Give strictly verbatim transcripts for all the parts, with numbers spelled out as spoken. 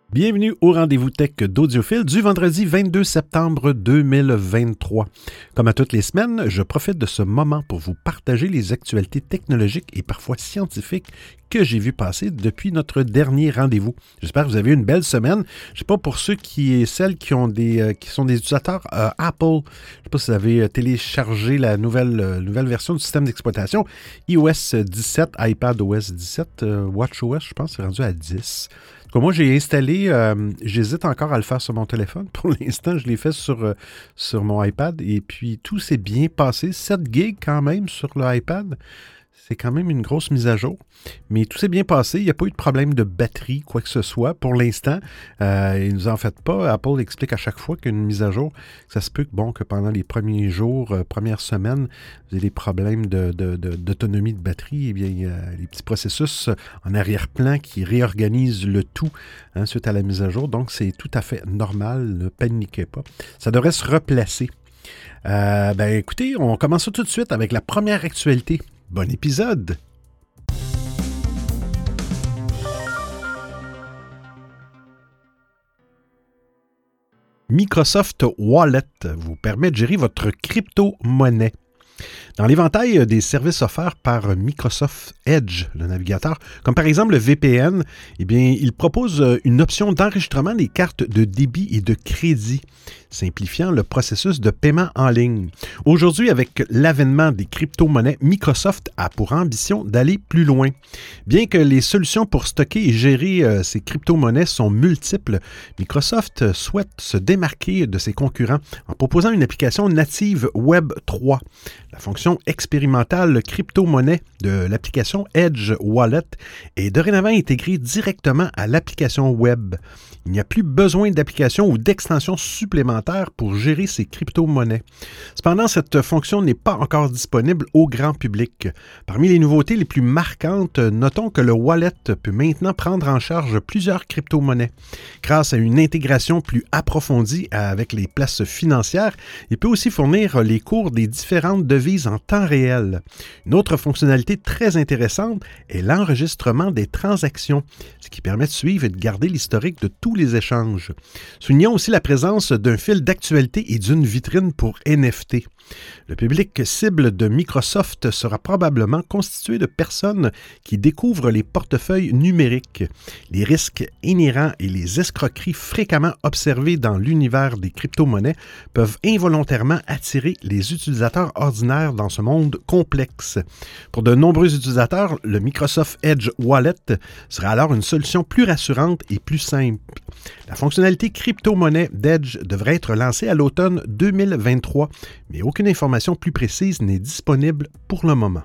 Bienvenue au rendez-vous tech d'Audiophile du vendredi vingt-deux septembre deux mille vingt-trois. Comme à toutes les semaines, je profite de ce moment pour vous partager les actualités technologiques et parfois scientifiques que j'ai vu passer depuis notre dernier rendez-vous. J'espère que vous avez eu une belle semaine. Je ne sais pas pour ceux qui et celles qui ont des euh, qui sont des utilisateurs euh, Apple. Je ne sais pas si vous avez téléchargé la nouvelle, euh, nouvelle version du système d'exploitation i O S dix-sept, iPadOS dix-sept, euh, WatchOS, je pense, c'est rendu à dix. Moi, j'ai installé, euh, j'hésite encore à le faire sur mon téléphone. Pour l'instant, je l'ai fait sur, euh, sur mon iPad et puis tout s'est bien passé. sept gigs quand même sur l'iPad. C'est quand même une grosse mise à jour. Mais tout s'est bien passé. Il n'y a pas eu de problème de batterie, quoi que ce soit, pour l'instant. Euh, et ne vous en faites pas. Apple explique à chaque fois qu'une mise à jour, ça se peut que, bon, que pendant les premiers jours, euh, premières semaines, vous avez des problèmes de, de, de, d'autonomie de batterie. Eh bien, il y a les petits processus en arrière-plan qui réorganisent le tout hein, suite à la mise à jour. Donc, c'est tout à fait normal. Ne paniquez pas. Ça devrait se replacer. Euh, ben, écoutez, on commence tout de suite avec la première actualité. Bon épisode! Microsoft Wallet vous permet de gérer votre crypto-monnaie. Dans l'éventail des services offerts par Microsoft Edge, le navigateur, comme par exemple le V P N, eh bien, il propose une option d'enregistrement des cartes de débit et de crédit, simplifiant le processus de paiement en ligne. Aujourd'hui, avec l'avènement des crypto-monnaies, Microsoft a pour ambition d'aller plus loin. Bien que les solutions pour stocker et gérer euh, ces crypto-monnaies sont multiples, Microsoft souhaite se démarquer de ses concurrents en proposant une application native Web trois. La fonction expérimentale crypto-monnaie de l'application Edge Wallet est dorénavant intégrée directement à l'application web. Il n'y a plus besoin d'application ou d'extension supplémentaire pour gérer ces crypto-monnaies. Cependant, cette fonction n'est pas encore disponible au grand public. Parmi les nouveautés les plus marquantes, notons que le wallet peut maintenant prendre en charge plusieurs crypto-monnaies. Grâce à une intégration plus approfondie avec les places financières, il peut aussi fournir les cours des différentes devises en temps réel. Une autre fonctionnalité très intéressante est l'enregistrement des transactions, ce qui permet de suivre et de garder l'historique de tous les échanges. Soulignons aussi la présence d'un fil d'actualité et d'une vitrine pour N F T. Le public cible de Microsoft sera probablement constitué de personnes qui découvrent les portefeuilles numériques. Les risques inhérents et les escroqueries fréquemment observées dans l'univers des crypto-monnaies peuvent involontairement attirer les utilisateurs ordinaires dans ce monde complexe. Pour de nombreux utilisateurs, le Microsoft Edge Wallet sera alors une solution plus rassurante et plus simple. La fonctionnalité crypto-monnaie d'Edge devrait être lancée à l'automne deux mille vingt-trois, mais aucune information plus précise n'est disponible pour le moment.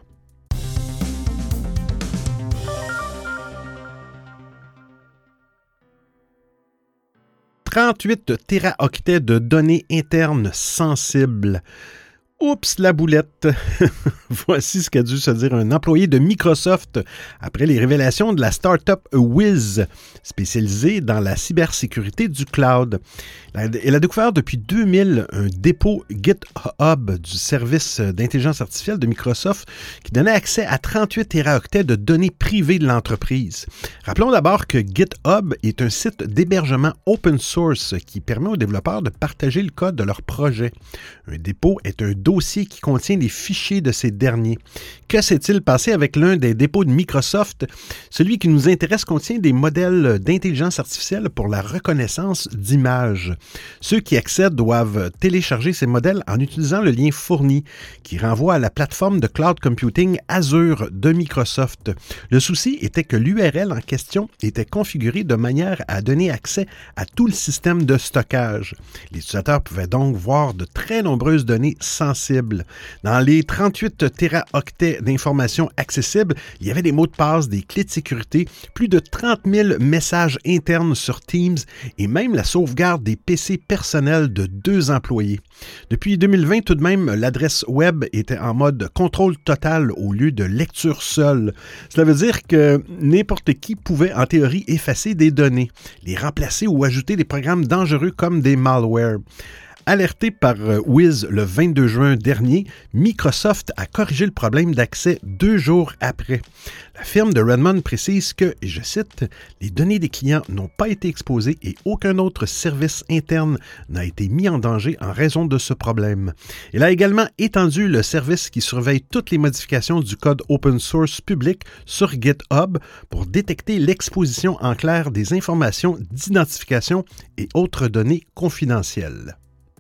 trente-huit téraoctets de données internes sensibles. Oups, la boulette! Voici ce qu'a dû se dire un employé de Microsoft après les révélations de la start-up Wiz, spécialisée dans la cybersécurité du cloud. Elle a découvert depuis deux mille un dépôt GitHub du service d'intelligence artificielle de Microsoft qui donnait accès à trente-huit téraoctets de données privées de l'entreprise. Rappelons d'abord que GitHub est un site d'hébergement open source qui permet aux développeurs de partager le code de leur projet. Un dépôt est un dossier qui contient les fichiers de ces derniers. Que s'est-il passé avec l'un des dépôts de Microsoft? Celui qui nous intéresse contient des modèles d'intelligence artificielle pour la reconnaissance d'images. Ceux qui accèdent doivent télécharger ces modèles en utilisant le lien fourni qui renvoie à la plateforme de cloud computing Azure de Microsoft. Le souci était que l'U R L en question était configurée de manière à donner accès à tout le système de stockage. Les utilisateurs pouvaient donc voir de très nombreuses données sensibles. Dans les trente-huit téraoctets d'informations accessibles, il y avait des mots de passe, des clés de sécurité, plus de trente mille messages internes sur Teams et même la sauvegarde des P C personnels de deux employés. Depuis deux mille vingt, tout de même, l'adresse web était en mode contrôle total au lieu de lecture seule. Cela veut dire que n'importe qui pouvait en théorie effacer des données, les remplacer ou ajouter des programmes dangereux comme des malwares. Alerté par Wiz le vingt-deux juin dernier, Microsoft a corrigé le problème d'accès deux jours après. La firme de Redmond précise que, et je cite, « Les données des clients n'ont pas été exposées et aucun autre service interne n'a été mis en danger en raison de ce problème. » Il a également étendu le service qui surveille toutes les modifications du code open source public sur GitHub pour détecter l'exposition en clair des informations d'identification et autres données confidentielles.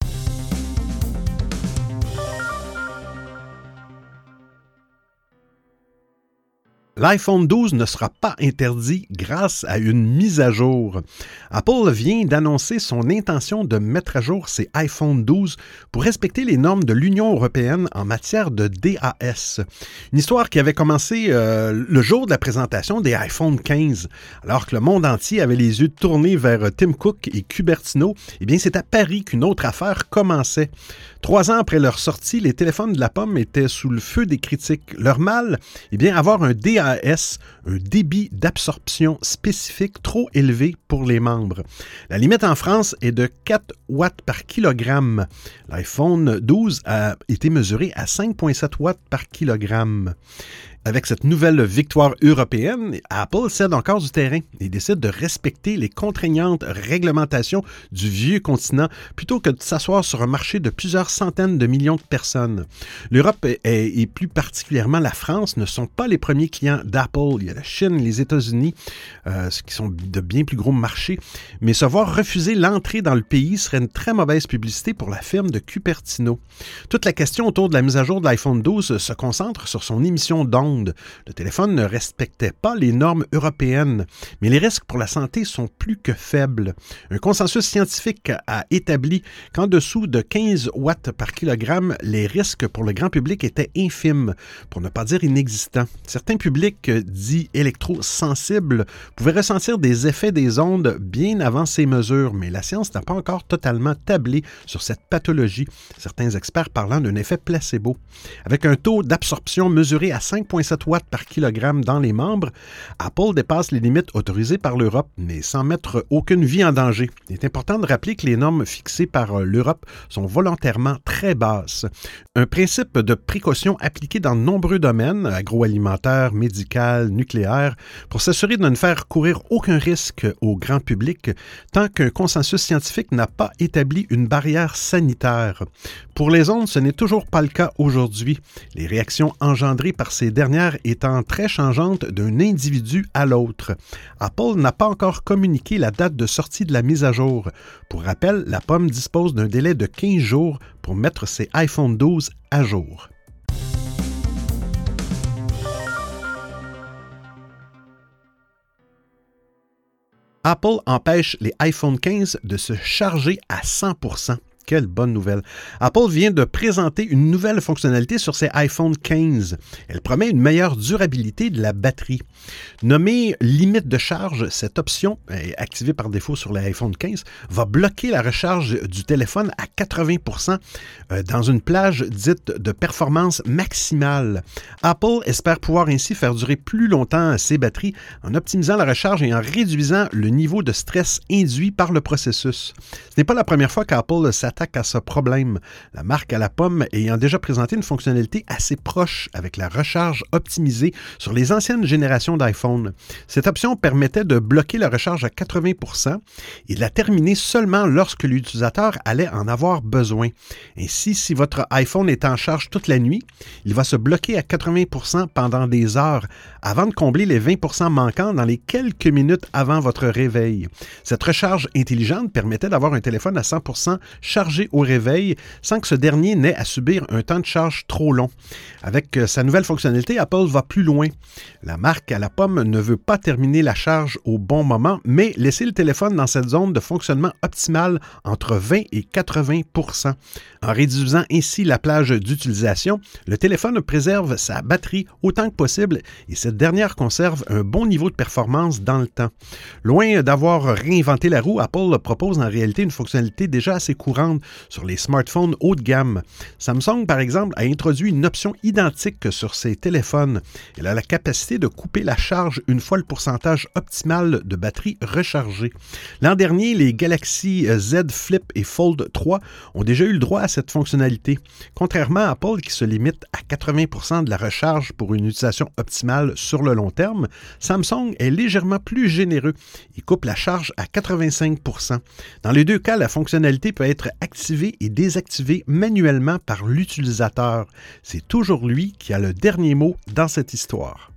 L'iPhone douze ne sera pas interdit grâce à une mise à jour. Apple vient d'annoncer son intention de mettre à jour ses iPhone douze pour respecter les normes de l'Union européenne en matière de D A S. Une histoire qui avait commencé euh, le jour de la présentation des iPhone quinze. Alors que le monde entier avait les yeux tournés vers Tim Cook et Cupertino, eh bien c'est à Paris qu'une autre affaire commençait. Trois ans après leur sortie, les téléphones de la pomme étaient sous le feu des critiques. Leur mal, eh bien avoir un D A S, un débit d'absorption spécifique trop élevé pour les membres. La limite en France est de quatre watts par kilogramme. L'iPhone douze a été mesuré à cinq virgule sept watts par kilogramme. Avec cette nouvelle victoire européenne, Apple cède encore du terrain et décide de respecter les contraignantes réglementations du vieux continent plutôt que de s'asseoir sur un marché de plusieurs centaines de millions de personnes. L'Europe et, et plus particulièrement la France ne sont pas les premiers clients d'Apple. Il y a la Chine, les États-Unis, euh, qui sont de bien plus gros marchés. Mais se voir refuser l'entrée dans le pays serait une très mauvaise publicité pour la firme de Cupertino. Toute la question autour de la mise à jour de l'iPhone douze se concentre sur son émission d'ondes. Le téléphone ne respectait pas les normes européennes, mais les risques pour la santé sont plus que faibles. Un consensus scientifique a établi qu'en dessous de quinze watts par kilogramme, les risques pour le grand public étaient infimes, pour ne pas dire inexistants. Certains publics dits électrosensibles pouvaient ressentir des effets des ondes bien avant ces mesures, mais la science n'a pas encore totalement tablé sur cette pathologie, certains experts parlant d'un effet placebo. Avec un taux d'absorption mesuré à cinq virgule sept watts par kilogramme dans les membres, Apple dépasse les limites autorisées par l'Europe, mais sans mettre aucune vie en danger. Il est important de rappeler que les normes fixées par l'Europe sont volontairement très basses. Un principe de précaution appliqué dans de nombreux domaines, agroalimentaire, médical, nucléaire, pour s'assurer de ne faire courir aucun risque au grand public tant qu'un consensus scientifique n'a pas établi une barrière sanitaire. Pour les ondes, ce n'est toujours pas le cas aujourd'hui. Les réactions engendrées par ces dernières étant très changeantes d'un individu à l'autre. Apple n'a pas encore communiqué la date de sortie de la mise à jour. Pour rappel, la pomme dispose d'un délai de quinze jours pour mettre ses iPhone douze à jour. Apple empêche les iPhone quinze de se charger à cent pour cent. Quelle bonne nouvelle. Apple vient de présenter une nouvelle fonctionnalité sur ses iPhone quinze. Elle promet une meilleure durabilité de la batterie. Nommée limite de charge, cette option, activée par défaut sur l'iPhone quinze, va bloquer la recharge du téléphone à quatre-vingts pour cent dans une plage dite de performance maximale. Apple espère pouvoir ainsi faire durer plus longtemps ses batteries en optimisant la recharge et en réduisant le niveau de stress induit par le processus. Ce n'est pas la première fois qu'Apple s'attaque à ce problème. La marque à la pomme ayant déjà présenté une fonctionnalité assez proche avec la recharge optimisée sur les anciennes générations d'iPhone. Cette option permettait de bloquer la recharge à quatre-vingts pour cent et de la terminer seulement lorsque l'utilisateur allait en avoir besoin. Ainsi, si votre iPhone est en charge toute la nuit, il va se bloquer à quatre-vingts pour cent pendant des heures avant de combler les vingt pour cent manquants dans les quelques minutes avant votre réveil. Cette recharge intelligente permettait d'avoir un téléphone à cent pour cent chargé au réveil sans que ce dernier n'ait à subir un temps de charge trop long. Avec sa nouvelle fonctionnalité, Apple va plus loin. La marque à la pomme ne veut pas terminer la charge au bon moment, mais laisser le téléphone dans cette zone de fonctionnement optimale entre vingt et quatre-vingts pour cent. En réduisant ainsi la plage d'utilisation, le téléphone préserve sa batterie autant que possible et cette dernière conserve un bon niveau de performance dans le temps. Loin d'avoir réinventé la roue, Apple propose en réalité une fonctionnalité déjà assez courante vente sur les smartphones haut de gamme. Samsung, par exemple, a introduit une option identique sur ses téléphones. Elle a la capacité de couper la charge une fois le pourcentage optimal de batterie rechargé. L'an dernier, les Galaxy Z Flip et Fold trois ont déjà eu le droit à cette fonctionnalité. Contrairement à Apple qui se limite à quatre-vingts pour cent de la recharge pour une utilisation optimale sur le long terme, Samsung est légèrement plus généreux. Il coupe la charge à quatre-vingt-cinq pour cent. Dans les deux cas, la fonctionnalité peut être activée et désactivée manuellement par l'utilisateur. C'est toujours lui qui a le dernier mot dans cette histoire.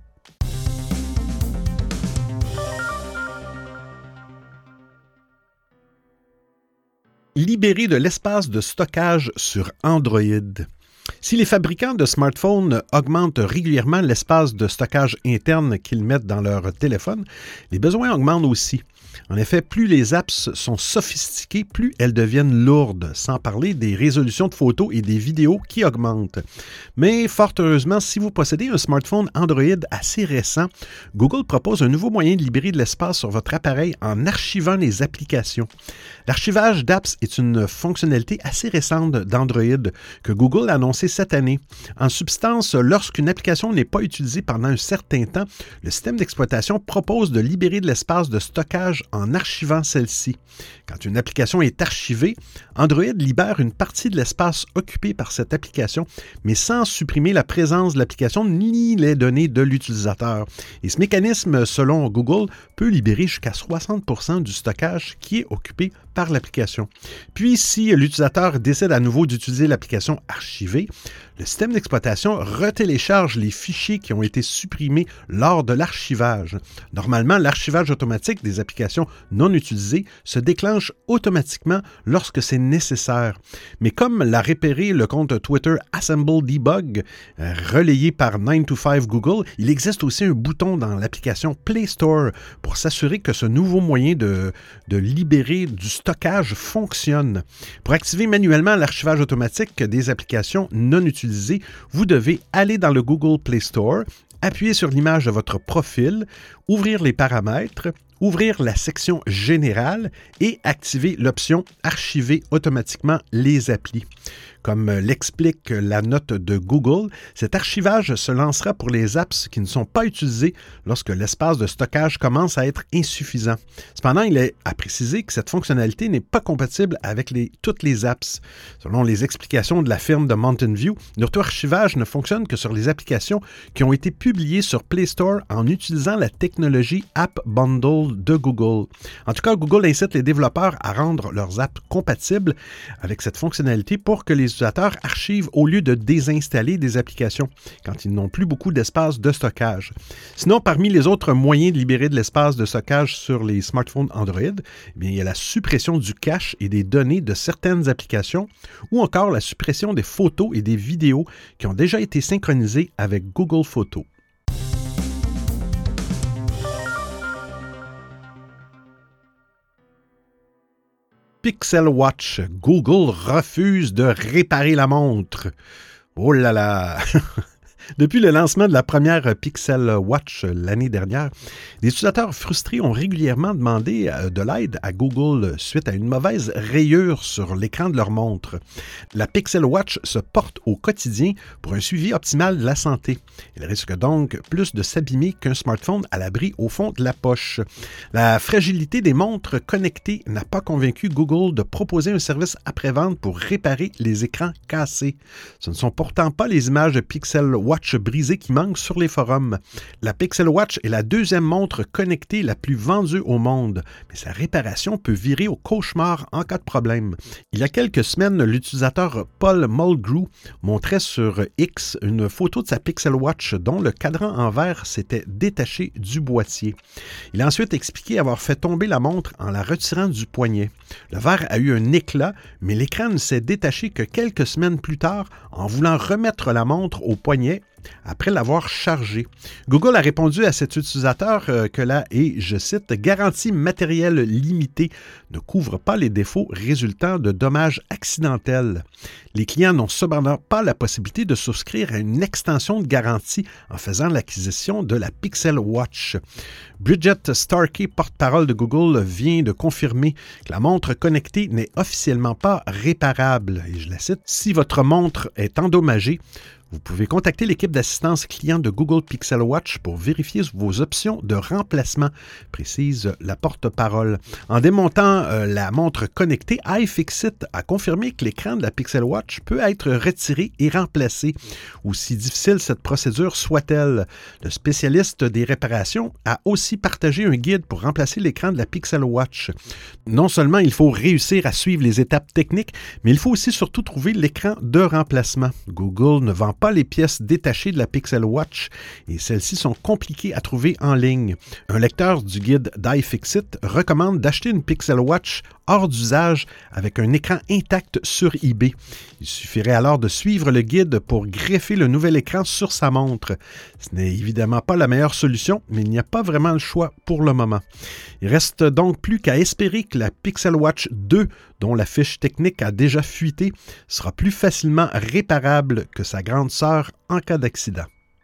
Libérer de l'espace de stockage sur Android. Si les fabricants de smartphones augmentent régulièrement l'espace de stockage interne qu'ils mettent dans leur téléphone, les besoins augmentent aussi. En effet, plus les apps sont sophistiquées, plus elles deviennent lourdes, sans parler des résolutions de photos et des vidéos qui augmentent. Mais fort heureusement, si vous possédez un smartphone Android assez récent, Google propose un nouveau moyen de libérer de l'espace sur votre appareil en archivant les applications. L'archivage d'apps est une fonctionnalité assez récente d'Android que Google a annoncée cette année. En substance, lorsqu'une application n'est pas utilisée pendant un certain temps, le système d'exploitation propose de libérer de l'espace de stockage en archivant celle-ci. Quand une application est archivée, Android libère une partie de l'espace occupé par cette application, mais sans supprimer la présence de l'application ni les données de l'utilisateur. Et ce mécanisme, selon Google, peut libérer jusqu'à soixante pour cent du stockage qui est occupé par l'application. Puis, si l'utilisateur décide à nouveau d'utiliser l'application archivée, le système d'exploitation retélécharge les fichiers qui ont été supprimés lors de l'archivage. Normalement, l'archivage automatique des applications non utilisées se déclenche automatiquement lorsque c'est nécessaire. Mais comme l'a repéré le compte Twitter Assemble Debug, euh, relayé par nine to five Google, il existe aussi un bouton dans l'application Play Store pour s'assurer que ce nouveau moyen de, de libérer du stockage fonctionne. Pour activer manuellement l'archivage automatique des applications non utilisées, vous devez aller dans le Google Play Store, appuyer sur l'image de votre profil, ouvrir les paramètres, ouvrir la section Générale et activer l'option Archiver automatiquement les applis. Comme l'explique la note de Google, cet archivage se lancera pour les apps qui ne sont pas utilisées lorsque l'espace de stockage commence à être insuffisant. Cependant, il est à préciser que cette fonctionnalité n'est pas compatible avec les, toutes les apps. Selon les explications de la firme de Mountain View, l'auto-archivage ne fonctionne que sur les applications qui ont été publiées sur Play Store en utilisant la technologie App Bundle de Google. En tout cas, Google incite les développeurs à rendre leurs apps compatibles avec cette fonctionnalité pour que les utilisateurs archivent au lieu de désinstaller des applications quand ils n'ont plus beaucoup d'espace de stockage. Sinon, parmi les autres moyens de libérer de l'espace de stockage sur les smartphones Android, eh bien, il y a la suppression du cache et des données de certaines applications ou encore la suppression des photos et des vidéos qui ont déjà été synchronisées avec Google Photos. Pixel Watch. Google refuse de réparer la montre. Oh là là! Depuis le lancement de la première Pixel Watch l'année dernière, les utilisateurs frustrés ont régulièrement demandé de l'aide à Google suite à une mauvaise rayure sur l'écran de leur montre. La Pixel Watch se porte au quotidien pour un suivi optimal de la santé. Elle risque donc plus de s'abîmer qu'un smartphone à l'abri au fond de la poche. La fragilité des montres connectées n'a pas convaincu Google de proposer un service après-vente pour réparer les écrans cassés. Ce ne sont pourtant pas les images de Pixel Watch brisée qui manque sur les forums. La Pixel Watch est la deuxième montre connectée la plus vendue au monde, mais sa réparation peut virer au cauchemar en cas de problème. Il y a quelques semaines, l'utilisateur Paul Mulgrew montrait sur X une photo de sa Pixel Watch dont le cadran en verre s'était détaché du boîtier. Il a ensuite expliqué avoir fait tomber la montre en la retirant du poignet. Le verre a eu un éclat, mais l'écran ne s'est détaché que quelques semaines plus tard en voulant remettre la montre au poignet après l'avoir chargé. Google a répondu à cet utilisateur euh, que la, et je cite, « garantie matérielle limitée ne couvre pas les défauts résultant de dommages accidentels. Les clients n'ont cependant pas la possibilité de souscrire à une extension de garantie en faisant l'acquisition de la Pixel Watch. » Bridget Starkey, porte-parole de Google, vient de confirmer que la montre connectée n'est officiellement pas réparable. Et je la cite, « Si votre montre est endommagée, vous pouvez contacter l'équipe d'assistance client de Google Pixel Watch pour vérifier vos options de remplacement, précise la porte-parole. En démontant euh, la montre connectée, iFixit a confirmé que l'écran de la Pixel Watch peut être retiré et remplacé, aussi difficile cette procédure soit-elle. Le spécialiste des réparations a aussi partagé un guide pour remplacer l'écran de la Pixel Watch. Non seulement il faut réussir à suivre les étapes techniques, mais il faut aussi surtout trouver l'écran de remplacement. Google ne vend pas les pièces détachées de la Pixel Watch et celles-ci sont compliquées à trouver en ligne. Un lecteur du guide d'iFixit recommande d'acheter une Pixel Watch hors d'usage avec un écran intact sur eBay. Il suffirait alors de suivre le guide pour greffer le nouvel écran sur sa montre. Ce n'est évidemment pas la meilleure solution, mais il n'y a pas vraiment le choix pour le moment. Il reste donc plus qu'à espérer que la Pixel Watch deux, dont la fiche technique a déjà fuité, sera plus facilement réparable que sa grande sœur en cas d'accident.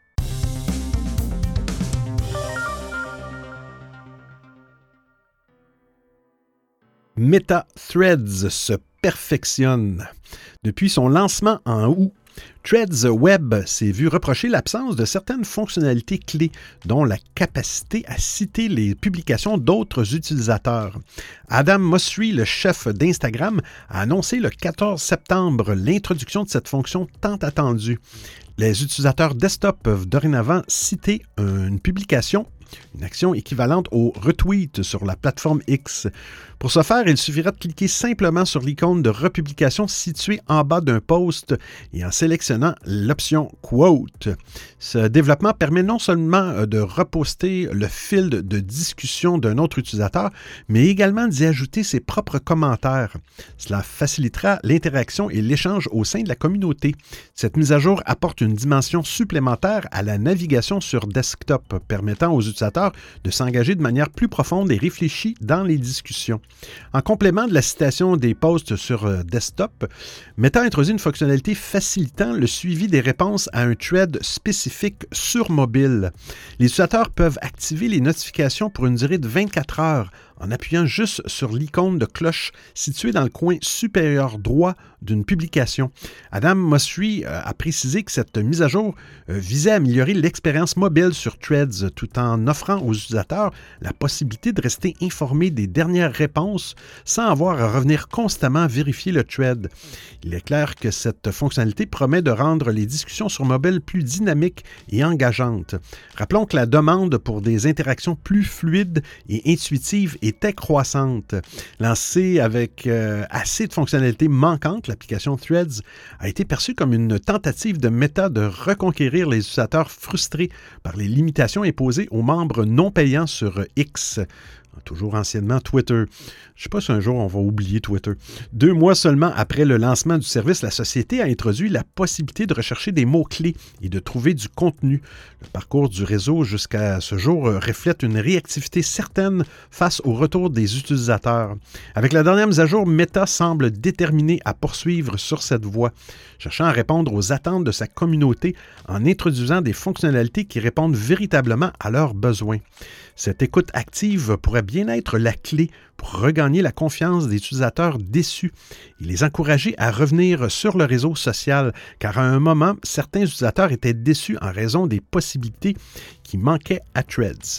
Meta Threads se perfectionne. Depuis son lancement en août, Threads Web s'est vu reprocher l'absence de certaines fonctionnalités clés, dont la capacité à citer les publications d'autres utilisateurs. Adam Mosseri, le chef d'Instagram, a annoncé le quatorze septembre l'introduction de cette fonction tant attendue. Les utilisateurs desktop peuvent dorénavant citer une publication, une action équivalente au retweet sur la plateforme X. Pour ce faire, il suffira de cliquer simplement sur l'icône de republication située en bas d'un post et en sélectionnant l'option « Quote ». Ce développement permet non seulement de reposter le fil de discussion d'un autre utilisateur, mais également d'y ajouter ses propres commentaires. Cela facilitera l'interaction et l'échange au sein de la communauté. Cette mise à jour apporte une dimension supplémentaire à la navigation sur desktop, permettant aux utilisateurs de s'engager de manière plus profonde et réfléchie dans les discussions. En complément de la citation des posts sur desktop, Meta introduit une fonctionnalité facilitant le suivi des réponses à un thread spécifique sur mobile. Les utilisateurs peuvent activer les notifications pour une durée de vingt-quatre heures en appuyant juste sur l'icône de cloche située dans le coin supérieur droit d'une publication. Adam Mosseri a précisé que cette mise à jour visait à améliorer l'expérience mobile sur Threads tout en offrant aux utilisateurs la possibilité de rester informés des dernières réponses sans avoir à revenir constamment vérifier le thread. Il est clair que cette fonctionnalité promet de rendre les discussions sur mobile plus dynamiques et engageantes. Rappelons que la demande pour des interactions plus fluides et intuitives était croissante. Lancée avec euh, assez de fonctionnalités manquantes, l'application Threads a été perçue comme une tentative de Meta de reconquérir les utilisateurs frustrés par les limitations imposées aux membres non payants sur X. Toujours anciennement Twitter. Je ne sais pas si un jour on va oublier Twitter. Deux mois seulement après le lancement du service, la société a introduit la possibilité de rechercher des mots-clés et de trouver du contenu. Le parcours du réseau jusqu'à ce jour reflète une réactivité certaine face au retour des utilisateurs. Avec la dernière mise à jour, Meta semble déterminé à poursuivre sur cette voie, cherchant à répondre aux attentes de sa communauté en introduisant des fonctionnalités qui répondent véritablement à leurs besoins. Cette écoute active pourrait bien être la clé pour regagner la confiance des utilisateurs déçus et les encourager à revenir sur le réseau social, car à un moment, certains utilisateurs étaient déçus en raison des possibilités qui manquaient à Threads.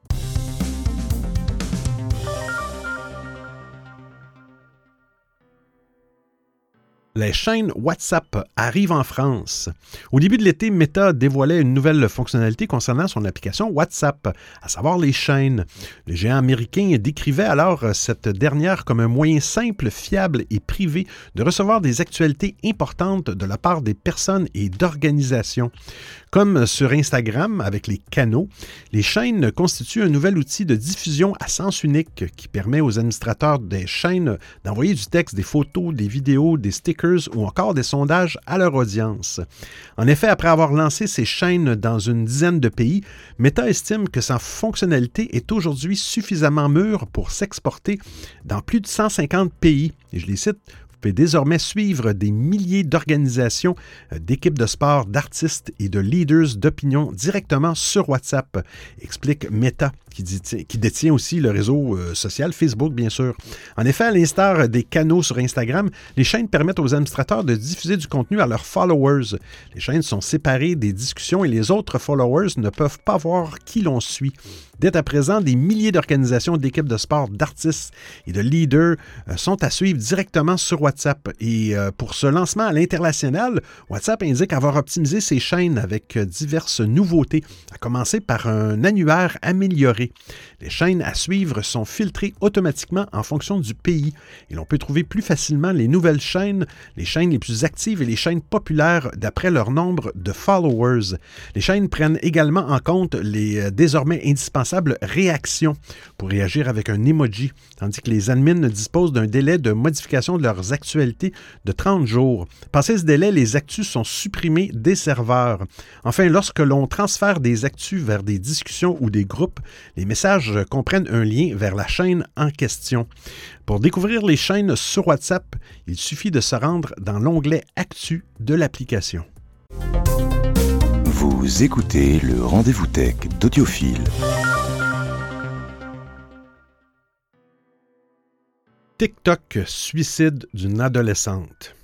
Les chaînes WhatsApp arrivent en France. Au début de l'été, Meta dévoilait une nouvelle fonctionnalité concernant son application WhatsApp, à savoir les chaînes. Le géant américain décrivait alors cette dernière comme un moyen simple, fiable et privé de recevoir des actualités importantes de la part des personnes et d'organisations. Comme sur Instagram avec les canaux, les chaînes constituent un nouvel outil de diffusion à sens unique qui permet aux administrateurs des chaînes d'envoyer du texte, des photos, des vidéos, des stickers trackers ou encore des sondages à leur audience. En effet, après avoir lancé ses chaînes dans une dizaine de pays, Meta estime que sa fonctionnalité est aujourd'hui suffisamment mûre pour s'exporter dans plus de cent cinquante pays. Et je les cite: vous pouvez désormais suivre des milliers d'organisations, d'équipes de sport, d'artistes et de leaders d'opinion directement sur WhatsApp, explique Meta, qui, dit, qui détient aussi le réseau euh, social Facebook, bien sûr. En effet, à l'instar des canaux sur Instagram, les chaînes permettent aux administrateurs de diffuser du contenu à leurs followers. Les chaînes sont séparées des discussions et les autres followers ne peuvent pas voir qui l'on suit. Dès à présent, des milliers d'organisations, d'équipes de sport, d'artistes et de leaders euh, sont à suivre directement sur WhatsApp. Et euh, pour ce lancement à l'international, WhatsApp indique avoir optimisé ses chaînes avec euh, diverses nouveautés, à commencer par un annuaire amélioré. Les chaînes à suivre sont filtrées automatiquement en fonction du pays et l'on peut trouver plus facilement les nouvelles chaînes, les chaînes les plus actives et les chaînes populaires d'après leur nombre de followers. Les chaînes prennent également en compte les euh, désormais indispensables réactions pour réagir avec un emoji, tandis que les admins disposent d'un délai de modification de leurs actualités de trente jours. Passé ce délai, les actus sont supprimés des serveurs. Enfin, lorsque l'on transfère des actus vers des discussions ou des groupes, les messages comprennent un lien vers la chaîne en question. Pour découvrir les chaînes sur WhatsApp, il suffit de se rendre dans l'onglet Actu de l'application. Vous écoutez le Rendez-vous Tech d'Audiophile. TikTok, suicide d'une adolescente.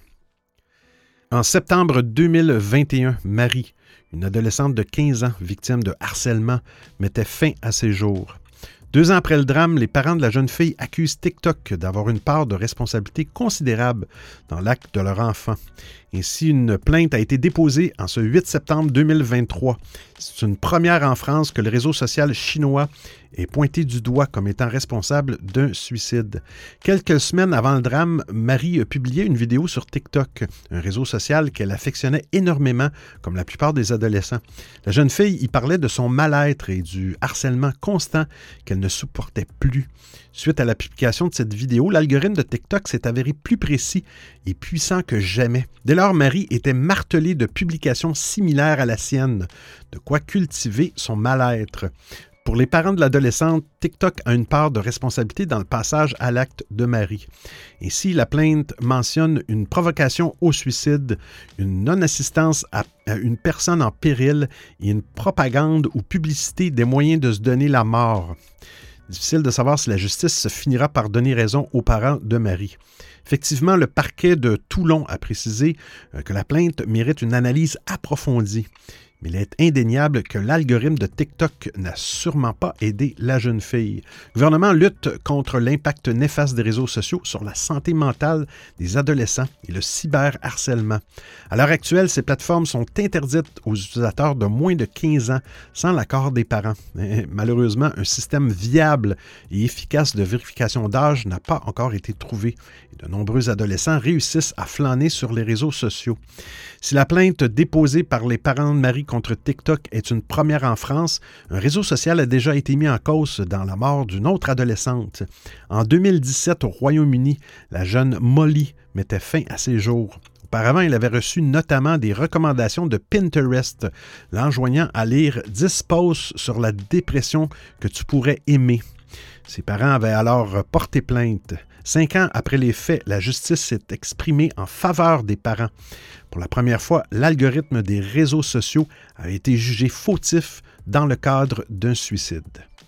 En septembre deux mille vingt et un, Marie, une adolescente de quinze ans victime de harcèlement, mettait fin à ses jours. Deux ans après le drame, les parents de la jeune fille accusent TikTok d'avoir une part de responsabilité considérable dans l'acte de leur enfant. Ainsi, une plainte a été déposée en ce huit septembre deux mille vingt-trois. C'est une première en France que le réseau social chinois est pointé du doigt comme étant responsable d'un suicide. Quelques semaines avant le drame, Marie a publié une vidéo sur TikTok, un réseau social qu'elle affectionnait énormément, comme la plupart des adolescents. La jeune fille y parlait de son mal-être et du harcèlement constant qu'elle ne supportait plus. Suite à la publication de cette vidéo, l'algorithme de TikTok s'est avéré plus précis et puissant que jamais. Dès lors, Marie était martelée de publications similaires à la sienne, de quoi cultiver son mal-être. Pour les parents de l'adolescente, TikTok a une part de responsabilité dans le passage à l'acte de Marie. Ainsi, la plainte mentionne une provocation au suicide, une non-assistance à une personne en péril et une propagande ou publicité des moyens de se donner la mort. Difficile de savoir si la justice finira par donner raison aux parents de Marie. Effectivement, le parquet de Toulon a précisé que la plainte mérite une analyse approfondie. Mais il est indéniable que l'algorithme de TikTok n'a sûrement pas aidé la jeune fille. Le gouvernement lutte contre l'impact néfaste des réseaux sociaux sur la santé mentale des adolescents et le cyberharcèlement. À l'heure actuelle, ces plateformes sont interdites aux utilisateurs de moins de quinze ans sans l'accord des parents. Mais malheureusement, un système viable et efficace de vérification d'âge n'a pas encore été trouvé. Et de nombreux adolescents réussissent à flâner sur les réseaux sociaux. Si la plainte déposée par les parents de Marie contre TikTok est une première en France, un réseau social a déjà été mis en cause dans la mort d'une autre adolescente. En deux mille dix-sept, au Royaume-Uni, la jeune Molly mettait fin à ses jours. Auparavant, elle avait reçu notamment des recommandations de Pinterest, l'enjoignant à lire dix posts sur la dépression que tu pourrais aimer. Ses parents avaient alors porté plainte. Cinq ans après les faits, la justice s'est exprimée en faveur des parents. Pour la première fois, l'algorithme des réseaux sociaux a été jugé fautif dans le cadre d'un suicide.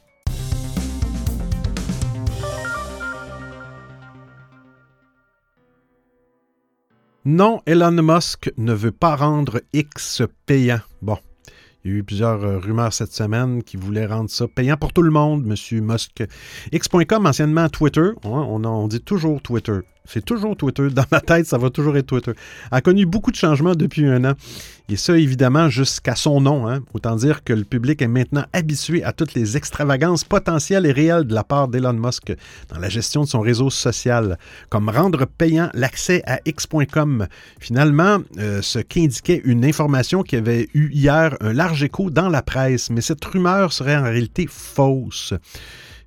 Non, Elon Musk ne veut pas rendre X payant. Bon. Il y a eu plusieurs euh, rumeurs cette semaine qui voulaient rendre ça payant pour tout le monde, M. Musk. X point com, anciennement Twitter, on, on, on dit toujours Twitter. C'est toujours Twitter. Dans ma tête, ça va toujours être Twitter. A connu beaucoup de changements depuis un an. Et ça, évidemment, jusqu'à son nom. Hein. Autant dire que le public est maintenant habitué à toutes les extravagances potentielles et réelles de la part d'Elon Musk dans la gestion de son réseau social, comme rendre payant l'accès à X point com. Finalement, euh, ce qu'indiquait une information qui avait eu hier un large écho dans la presse, mais cette rumeur serait en réalité fausse.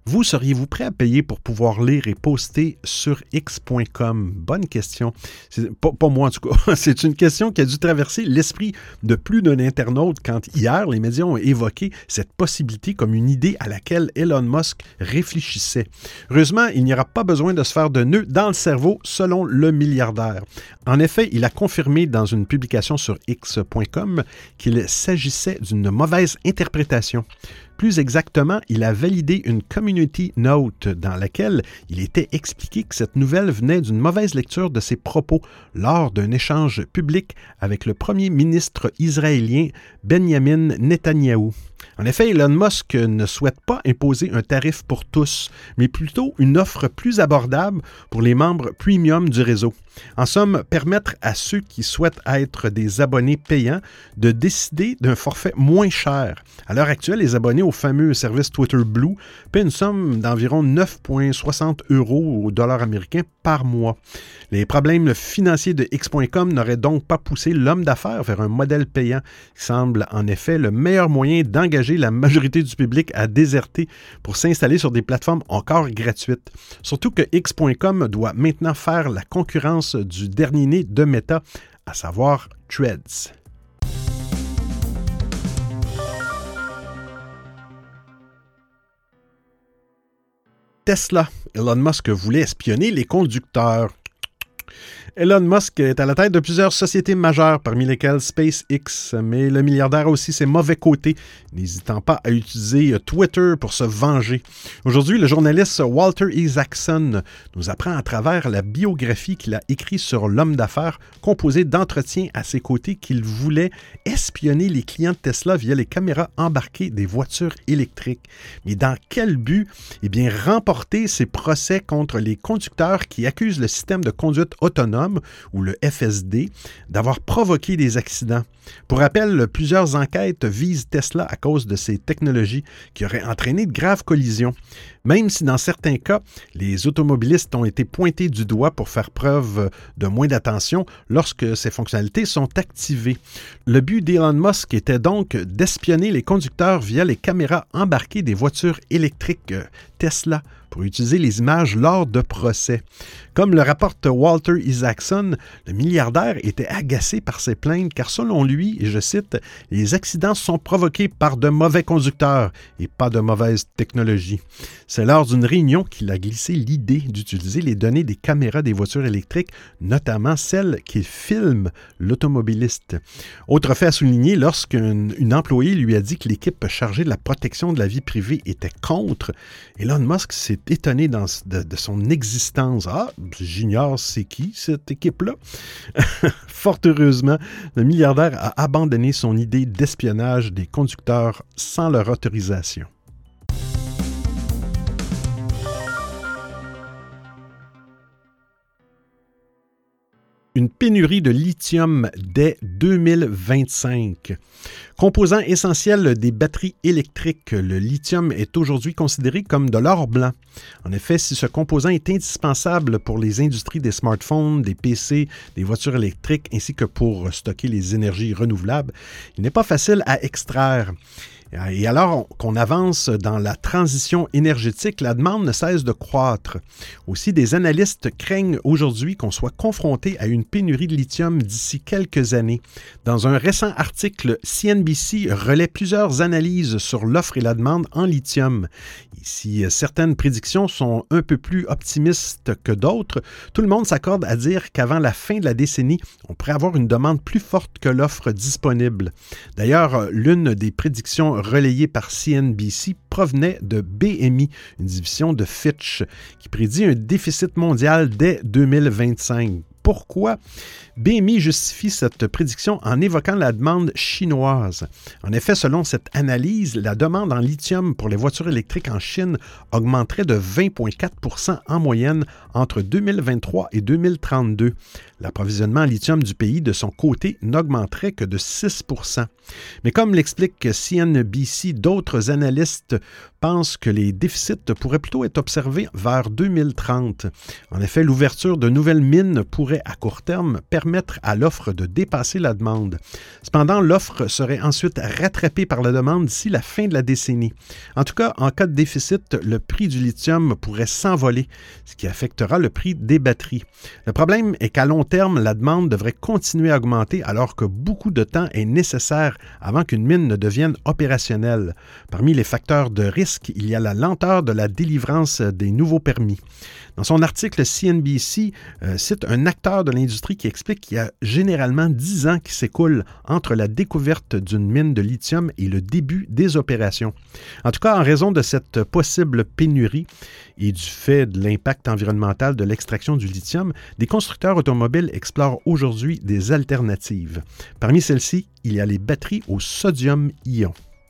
Vous, seriez-vous prêt à payer pour pouvoir lire et poster sur X point com? Bonne question. C'est, pas, pas moi en tout cas. C'est une question qui a dû traverser l'esprit de plus d'un internaute quand hier, les médias ont évoqué cette possibilité comme une idée à laquelle Elon Musk réfléchissait. Heureusement, il n'y aura pas besoin de se faire de nœuds dans le cerveau selon le milliardaire. En effet, il a confirmé dans une publication sur X point com qu'il s'agissait d'une mauvaise interprétation. Plus exactement, il a validé une community note dans laquelle il était expliqué que cette nouvelle venait d'une mauvaise lecture de ses propos lors d'un échange public avec le premier ministre israélien Benjamin Netanyahou. En effet, Elon Musk ne souhaite pas imposer un tarif pour tous, mais plutôt une offre plus abordable pour les membres premium du réseau. En somme, permettre à ceux qui souhaitent être des abonnés payants de décider d'un forfait moins cher. À l'heure actuelle, les abonnés au fameux service Twitter Blue paient une somme d'environ neuf virgule soixante euros au dollar américain par mois. Les problèmes financiers de X point com n'auraient donc pas poussé l'homme d'affaires vers un modèle payant qui semble en effet le meilleur moyen d'engager la majorité du public à déserter pour s'installer sur des plateformes encore gratuites. Surtout que X point com doit maintenant faire la concurrence du dernier né de Meta, à savoir Threads. Tesla. Elon Musk voulait espionner les conducteurs. Elon Musk est à la tête de plusieurs sociétés majeures, parmi lesquelles SpaceX, mais le milliardaire a aussi ses mauvais côtés, n'hésitant pas à utiliser Twitter pour se venger. Aujourd'hui, le journaliste Walter Isaacson nous apprend à travers la biographie qu'il a écrite sur l'homme d'affaires, composée d'entretiens à ses côtés, qu'il voulait espionner les clients de Tesla via les caméras embarquées des voitures électriques. Mais dans quel but? Eh bien, remporter ses procès contre les conducteurs qui accusent le système de conduite autonome ou le F S D, d'avoir provoqué des accidents. Pour rappel, plusieurs enquêtes visent Tesla à cause de ces technologies qui auraient entraîné de graves collisions. Même si dans certains cas, les automobilistes ont été pointés du doigt pour faire preuve de moins d'attention lorsque ces fonctionnalités sont activées. Le but d'Elon Musk était donc d'espionner les conducteurs via les caméras embarquées des voitures électriques Tesla pour utiliser les images lors de procès. Comme le rapporte Walter Isaacson, le milliardaire était agacé par ces plaintes car selon lui, et je cite, « Les accidents sont provoqués par de mauvais conducteurs et pas de mauvaise technologie. » C'est lors d'une réunion qu'il a glissé l'idée d'utiliser les données des caméras des voitures électriques, notamment celles qui filment l'automobiliste. Autre fait à souligner, lorsqu'une une employée lui a dit que l'équipe chargée de la protection de la vie privée était contre, Elon Musk s'est étonné dans, de, de son existence. Ah, j'ignore c'est qui cette équipe-là. Fort heureusement, le milliardaire a abandonné son idée d'espionnage des conducteurs sans leur autorisation. Une pénurie de lithium dès deux mille vingt-cinq. Composant essentiel des batteries électriques, le lithium est aujourd'hui considéré comme de l'or blanc. En effet, si ce composant est indispensable pour les industries des smartphones, des P C, des voitures électriques, ainsi que pour stocker les énergies renouvelables, il n'est pas facile à extraire. Et alors qu'on avance dans la transition énergétique, la demande ne cesse de croître. Aussi, des analystes craignent aujourd'hui qu'on soit confronté à une pénurie de lithium d'ici quelques années. Dans un récent article, C N B C relaie plusieurs analyses sur l'offre et la demande en lithium. Et si certaines prédictions sont un peu plus optimistes que d'autres, tout le monde s'accorde à dire qu'avant la fin de la décennie, on pourrait avoir une demande plus forte que l'offre disponible. D'ailleurs, l'une des prédictions relayée par C N B C provenait de B M I, une division de Fitch, qui prédit un déficit mondial dès deux mille vingt-cinq. Pourquoi? B M I justifie cette prédiction en évoquant la demande chinoise. En effet, selon cette analyse, la demande en lithium pour les voitures électriques en Chine augmenterait de vingt virgule quatre pour cent en moyenne entre deux mille vingt-trois et deux mille trente-deux. L'approvisionnement en lithium du pays, de son côté, n'augmenterait que de six pour cent. Mais comme l'explique C N B C, d'autres analystes pensent que les déficits pourraient plutôt être observés vers deux mille trente. En effet, l'ouverture de nouvelles mines pourrait pourrait à court terme permettre à l'offre de dépasser la demande. Cependant, l'offre serait ensuite rattrapée par la demande d'ici la fin de la décennie. En tout cas, en cas de déficit, le prix du lithium pourrait s'envoler, ce qui affectera le prix des batteries. Le problème est qu'à long terme, la demande devrait continuer à augmenter alors que beaucoup de temps est nécessaire avant qu'une mine ne devienne opérationnelle. Parmi les facteurs de risque, il y a la lenteur de la délivrance des nouveaux permis. Dans son article, C N B C euh, cite un acteur de l'industrie qui explique qu'il y a généralement dix ans qui s'écoulent entre la découverte d'une mine de lithium et le début des opérations. En tout cas, en raison de cette possible pénurie et du fait de l'impact environnemental de l'extraction du lithium, des constructeurs automobiles explorent aujourd'hui des alternatives. Parmi celles-ci, il y a les batteries au sodium-ion.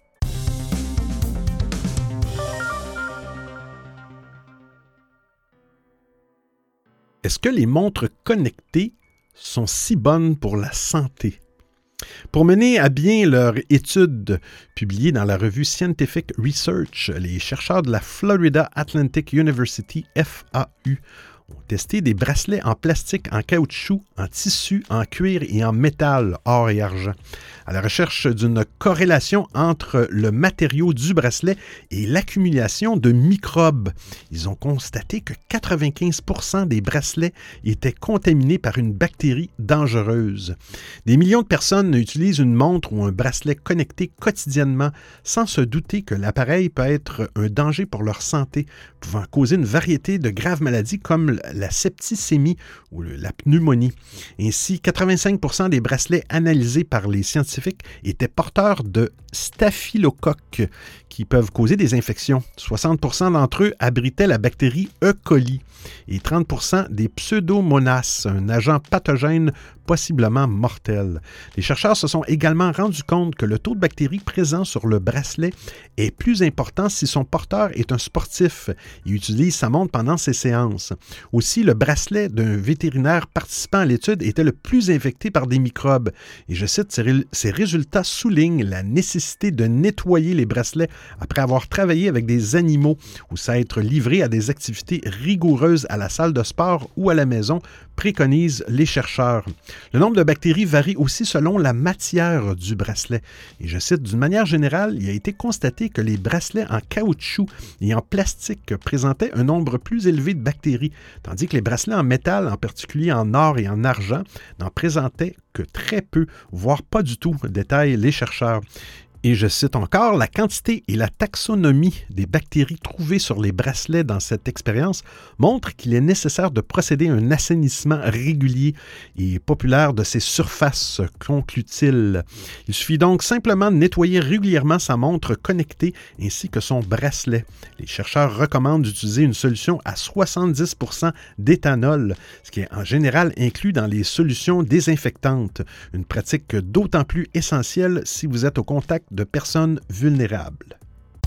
Est-ce que les montres connectées sont si bonnes pour la santé? Pour mener à bien leur étude publiée dans la revue Scientific Research, les chercheurs de la Florida Atlantic University, F A U, ont testé des bracelets en plastique, en caoutchouc, en tissu, en cuir et en métal, or et argent, à la recherche d'une corrélation entre le matériau du bracelet et l'accumulation de microbes. Ils ont constaté que quatre-vingt-quinze pour cent des bracelets étaient contaminés par une bactérie dangereuse. Des millions de personnes utilisent une montre ou un bracelet connecté quotidiennement sans se douter que l'appareil peut être un danger pour leur santé, pouvant causer une variété de graves maladies comme la septicémie ou la pneumonie. Ainsi, quatre-vingt-cinq pour cent des bracelets analysés par les scientifiques étaient porteurs de staphylocoques qui peuvent causer des infections. soixante pour cent d'entre eux abritaient la bactérie E. coli et trente pour cent des pseudomonas, un agent pathogène possiblement mortel. Les chercheurs se sont également rendus compte que le taux de bactéries présent sur le bracelet est plus important si son porteur est un sportif et utilise sa montre pendant ses séances. Aussi, le bracelet d'un vétérinaire participant à l'étude était le plus infecté par des microbes. Et je cite, ces résultats soulignent la nécessité de nettoyer les bracelets après avoir travaillé avec des animaux ou s'être livré à des activités rigoureuses à la salle de sport ou à la maison, préconisent les chercheurs. Le nombre de bactéries varie aussi selon la matière du bracelet. Et je cite, d'une manière générale, il a été constaté que les bracelets en caoutchouc et en plastique présentaient un nombre plus élevé de bactéries, tandis que les bracelets en métal, en particulier en or et en argent, n'en présentaient que très peu, voire pas du tout, détaillent les chercheurs. Et je cite encore, la quantité et la taxonomie des bactéries trouvées sur les bracelets dans cette expérience montrent qu'il est nécessaire de procéder à un assainissement régulier et populaire de ces surfaces, conclut-il. Il suffit donc simplement de nettoyer régulièrement sa montre connectée ainsi que son bracelet. Les chercheurs recommandent d'utiliser une solution à soixante-dix pour cent d'éthanol, ce qui est en général inclus dans les solutions désinfectantes, une pratique d'autant plus essentielle si vous êtes au contact de personnes vulnérables.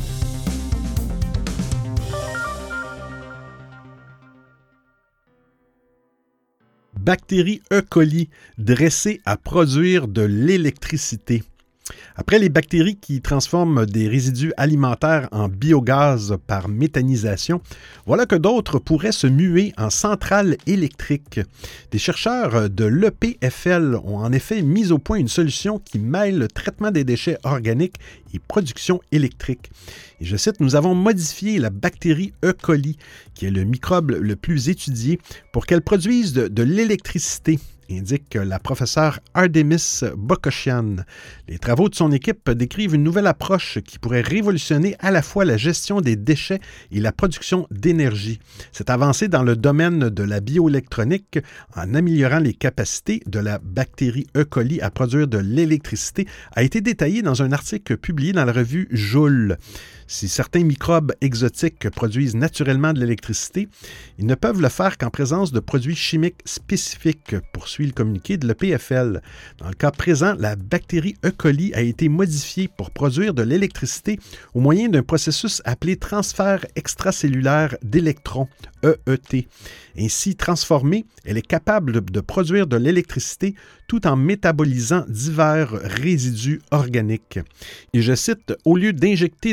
Bactéries E. coli dressées à produire de l'électricité. Après les bactéries qui transforment des résidus alimentaires en biogaz par méthanisation, voilà que d'autres pourraient se muer en centrales électriques. Des chercheurs de l'E P F L ont en effet mis au point une solution qui mêle le traitement des déchets organiques et production électrique. Et je cite, « Nous avons modifié la bactérie E. coli, qui est le microbe le plus étudié, pour qu'elle produise de, de l'électricité. » indique la professeure Artemis Bokoshian. Les travaux de son équipe décrivent une nouvelle approche qui pourrait révolutionner à la fois la gestion des déchets et la production d'énergie. Cette avancée dans le domaine de la bioélectronique, en améliorant les capacités de la bactérie E. coli à produire de l'électricité, a été détaillée dans un article publié dans la revue Joule. Si certains microbes exotiques produisent naturellement de l'électricité, ils ne peuvent le faire qu'en présence de produits chimiques spécifiques, poursuit le communiqué de l'E P F L. Dans le cas présent, la bactérie E. coli a été modifiée pour produire de l'électricité au moyen d'un processus appelé transfert extracellulaire d'électrons, E E T. Ainsi transformée, elle est capable de produire de l'électricité tout en métabolisant divers résidus organiques. Et je cite, « Au lieu d'injecter de l'énergie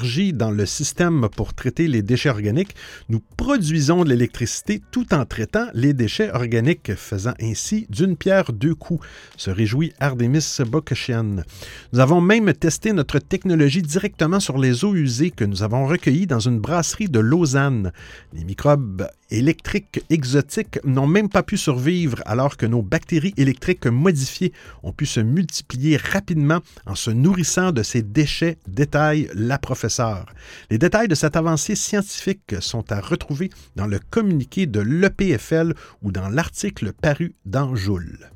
d'énergie dans le système pour traiter les déchets organiques, nous produisons de l'électricité tout en traitant les déchets organiques, faisant ainsi d'une pierre deux coups, se réjouit Artemis Bokoshian. Nous avons même testé notre technologie directement sur les eaux usées que nous avons recueillies dans une brasserie de Lausanne. Les microbes électriques exotiques n'ont même pas pu survivre alors que nos bactéries électriques modifiées ont pu se multiplier rapidement en se nourrissant de ces déchets, détaille la professeure. Les détails de cette avancée scientifique sont à retrouver dans le communiqué de l'E P F L ou dans l'article paru dans Joule.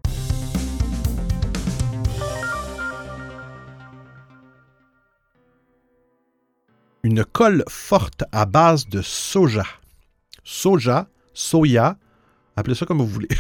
Une colle forte à base de soja. Soja, soya, appelez ça comme vous voulez.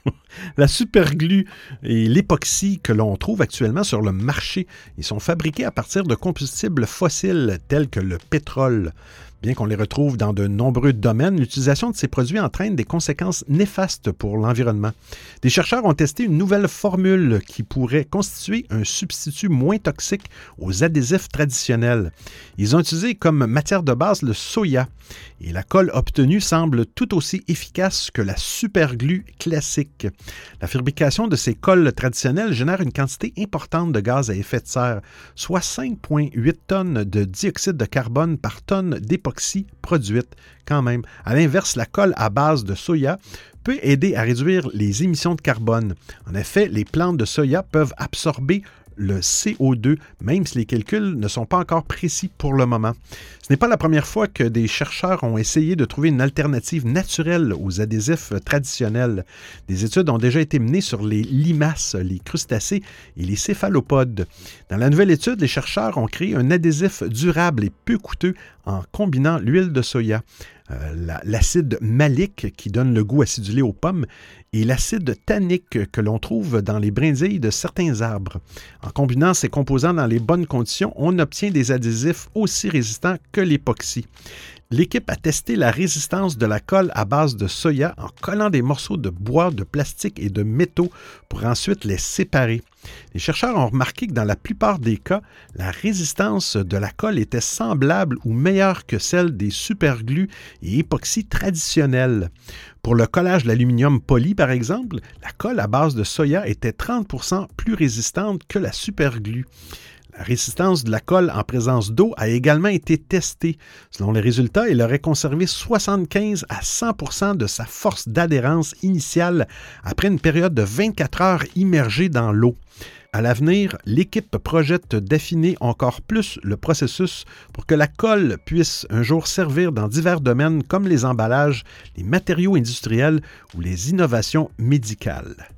La superglue et l'époxy que l'on trouve actuellement sur le marché, ils sont fabriqués à partir de combustibles fossiles tels que le pétrole. Bien qu'on les retrouve dans de nombreux domaines, l'utilisation de ces produits entraîne des conséquences néfastes pour l'environnement. Des chercheurs ont testé une nouvelle formule qui pourrait constituer un substitut moins toxique aux adhésifs traditionnels. Ils ont utilisé comme matière de base le soya et la colle obtenue semble tout aussi efficace que la superglue classique. La fabrication de ces colles traditionnelles génère une quantité importante de gaz à effet de serre, soit cinq virgule huit tonnes de dioxyde de carbone par tonne d'époxy produite. Quand même. À l'inverse, la colle à base de soya peut aider à réduire les émissions de carbone. En effet, les plantes de soya peuvent absorber le C O deux, même si les calculs ne sont pas encore précis pour le moment. Ce n'est pas la première fois que des chercheurs ont essayé de trouver une alternative naturelle aux adhésifs traditionnels. Des études ont déjà été menées sur les limaces, les crustacés et les céphalopodes. Dans la nouvelle étude, les chercheurs ont créé un adhésif durable et peu coûteux en combinant l'huile de soya, euh, la, l'acide malique qui donne le goût acidulé aux pommes et l'acide tannique que l'on trouve dans les brindilles de certains arbres. En combinant ces composants dans les bonnes conditions, on obtient des adhésifs aussi résistants que l'époxy. L'équipe a testé la résistance de la colle à base de soya en collant des morceaux de bois, de plastique et de métaux pour ensuite les séparer. Les chercheurs ont remarqué que dans la plupart des cas, la résistance de la colle était semblable ou meilleure que celle des superglues et époxy traditionnels. Pour le collage de l'aluminium poli, par exemple, la colle à base de soya était trente pour cent plus résistante que la superglue. La résistance de la colle en présence d'eau a également été testée. Selon les résultats, elle aurait conservé soixante-quinze à cent pour cent de sa force d'adhérence initiale après une période de vingt-quatre heures immergée dans l'eau. À l'avenir, l'équipe projette d'affiner encore plus le processus pour que la colle puisse un jour servir dans divers domaines comme les emballages, les matériaux industriels ou les innovations médicales.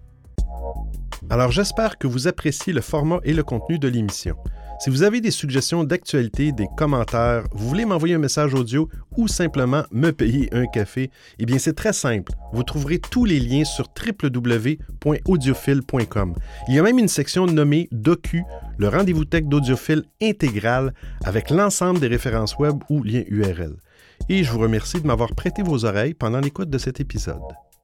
Alors j'espère que vous appréciez le format et le contenu de l'émission. Si vous avez des suggestions d'actualité, des commentaires, vous voulez m'envoyer un message audio ou simplement me payer un café, eh bien c'est très simple. Vous trouverez tous les liens sur w w w point audiophile point com. Il y a même une section nommée Docu, le rendez-vous tech d'Audiophile intégral avec l'ensemble des références web ou liens U R L. Et je vous remercie de m'avoir prêté vos oreilles pendant l'écoute de cet épisode.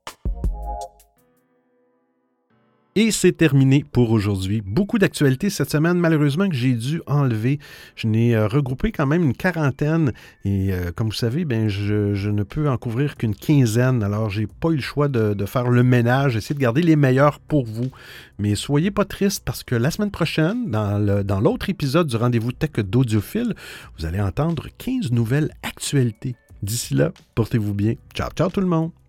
Et c'est terminé pour aujourd'hui. Beaucoup d'actualités cette semaine, malheureusement, que j'ai dû enlever. Je n'ai euh, regroupé quand même une quarantaine et euh, comme vous savez, ben, je, je ne peux en couvrir qu'une quinzaine. Alors, j'ai pas eu le choix de, de faire le ménage, essayer de garder les meilleurs pour vous. Mais soyez pas tristes parce que la semaine prochaine, dans, le, dans l'autre épisode du Rendez-vous Tech d'Audiophile, vous allez entendre quinze nouvelles actualités. D'ici là, portez-vous bien. Ciao, ciao tout le monde!